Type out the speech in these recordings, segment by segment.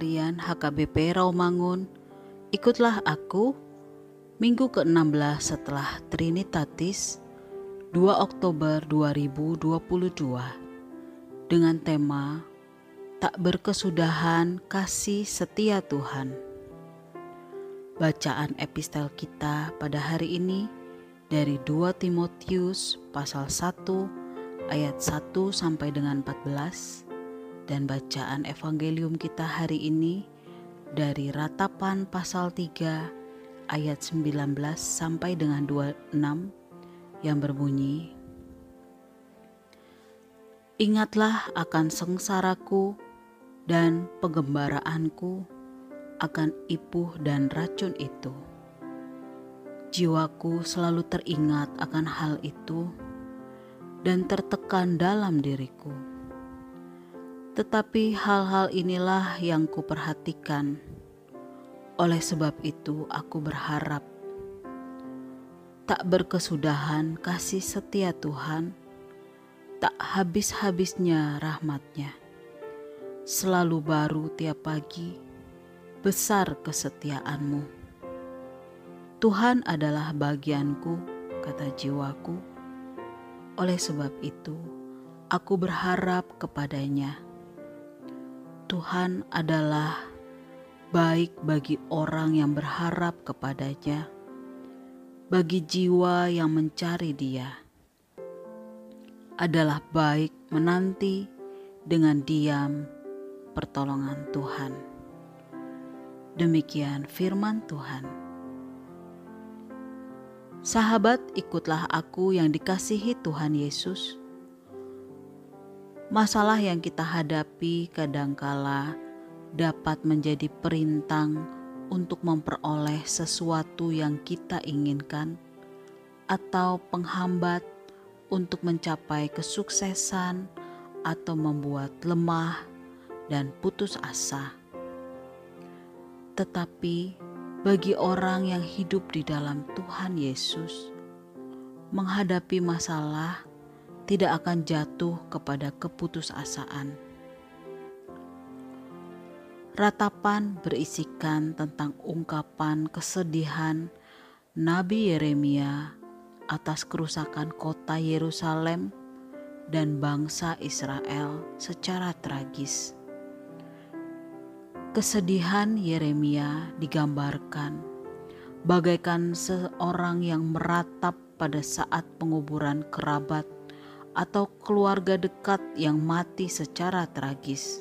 Harian HKBP Rawamangun. Ikutlah aku, Minggu ke-16 setelah Trinitatis, 2 Oktober 2022, dengan tema Tak Berkesudahan Kasih Setia Tuhan. Bacaan epistel kita pada hari ini dari 2 Timotius pasal 1 ayat 1 sampai dengan 14, dan bacaan evangelium kita hari ini dari Ratapan pasal 3 ayat 19 sampai dengan 26 yang berbunyi, Ingatlah akan sengsaraku dan penggembaraanku akan ipuh dan racun itu. Jiwaku selalu teringat akan hal itu dan tertekan dalam diriku. Tetapi hal-hal inilah yang kuperhatikan. Oleh sebab itu aku berharap tak berkesudahan kasih setia Tuhan, tak habis-habisnya rahmat-Nya. Selalu baru tiap pagi, besar kesetiaan-Mu. Tuhan adalah bagianku, kata jiwaku. Oleh sebab itu aku berharap kepada-Nya. Tuhan adalah baik bagi orang yang berharap kepada-Nya, bagi jiwa yang mencari Dia. Adalah baik menanti dengan diam pertolongan Tuhan. Demikian firman Tuhan. Sahabat, ikutlah aku yang dikasihi Tuhan Yesus. Masalah yang kita hadapi kadangkala dapat menjadi perintang untuk memperoleh sesuatu yang kita inginkan atau penghambat untuk mencapai kesuksesan atau membuat lemah dan putus asa. Tetapi bagi orang yang hidup di dalam Tuhan Yesus, menghadapi masalah tidak akan jatuh kepada keputusasaan. Ratapan berisikan tentang ungkapan kesedihan Nabi Yeremia atas kerusakan kota Yerusalem dan bangsa Israel secara tragis. Kesedihan Yeremia digambarkan bagaikan seorang yang meratap pada saat penguburan kerabat atau keluarga dekat yang mati secara tragis.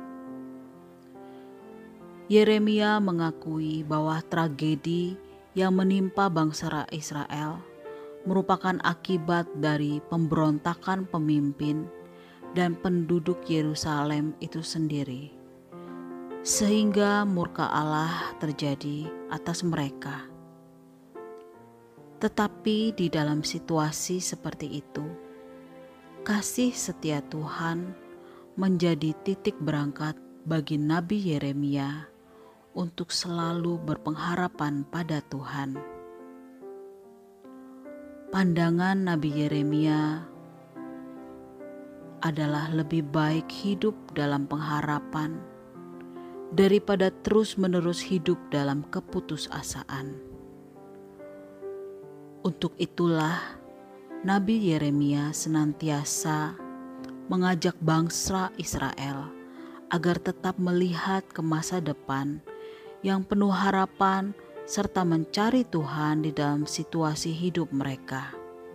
Yeremia mengakui bahwa tragedi yang menimpa bangsa Israel merupakan akibat dari pemberontakan pemimpin dan penduduk Yerusalem itu sendiri, sehingga murka Allah terjadi atas mereka. Tetapi di dalam situasi seperti itu, kasih setia Tuhan menjadi titik berangkat bagi Nabi Yeremia untuk selalu berpengharapan pada Tuhan. Pandangan Nabi Yeremia adalah lebih baik hidup dalam pengharapan daripada terus-menerus hidup dalam keputusasaan. Untuk itulah Nabi Yeremia senantiasa mengajak bangsa Israel agar tetap melihat ke masa depan yang penuh harapan serta mencari Tuhan di dalam situasi hidup mereka.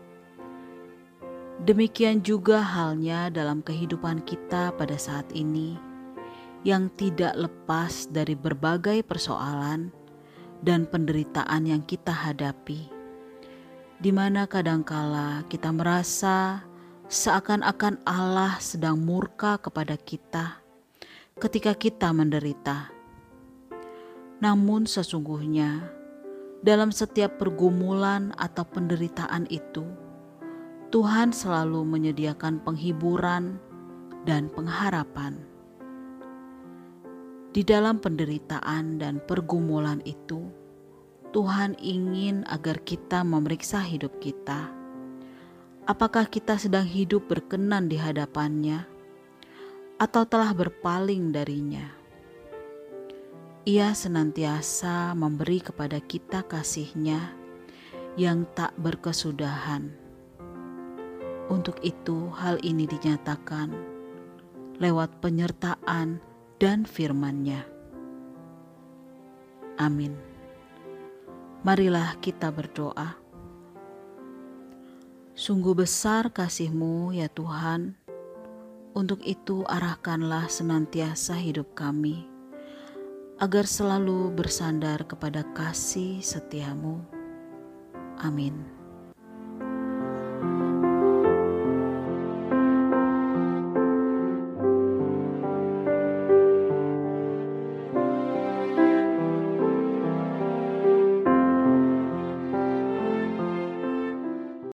Demikian juga halnya dalam kehidupan kita pada saat ini, yang tidak lepas dari berbagai persoalan dan penderitaan yang kita hadapi, di mana kadangkala kita merasa seakan-akan Allah sedang murka kepada kita ketika kita menderita. Namun sesungguhnya dalam setiap pergumulan atau penderitaan itu, Tuhan selalu menyediakan penghiburan dan pengharapan. Di dalam penderitaan dan pergumulan itu, Tuhan ingin agar kita memeriksa hidup kita. Apakah kita sedang hidup berkenan di hadapan-Nya atau telah berpaling darinya? Ia senantiasa memberi kepada kita kasih-Nya yang tak berkesudahan. Untuk itu hal ini dinyatakan lewat penyertaan dan firman-Nya. Amin. Marilah kita berdoa. Sungguh besar kasih-Mu ya Tuhan, untuk itu arahkanlah senantiasa hidup kami, agar selalu bersandar kepada kasih setia-Mu. Amin.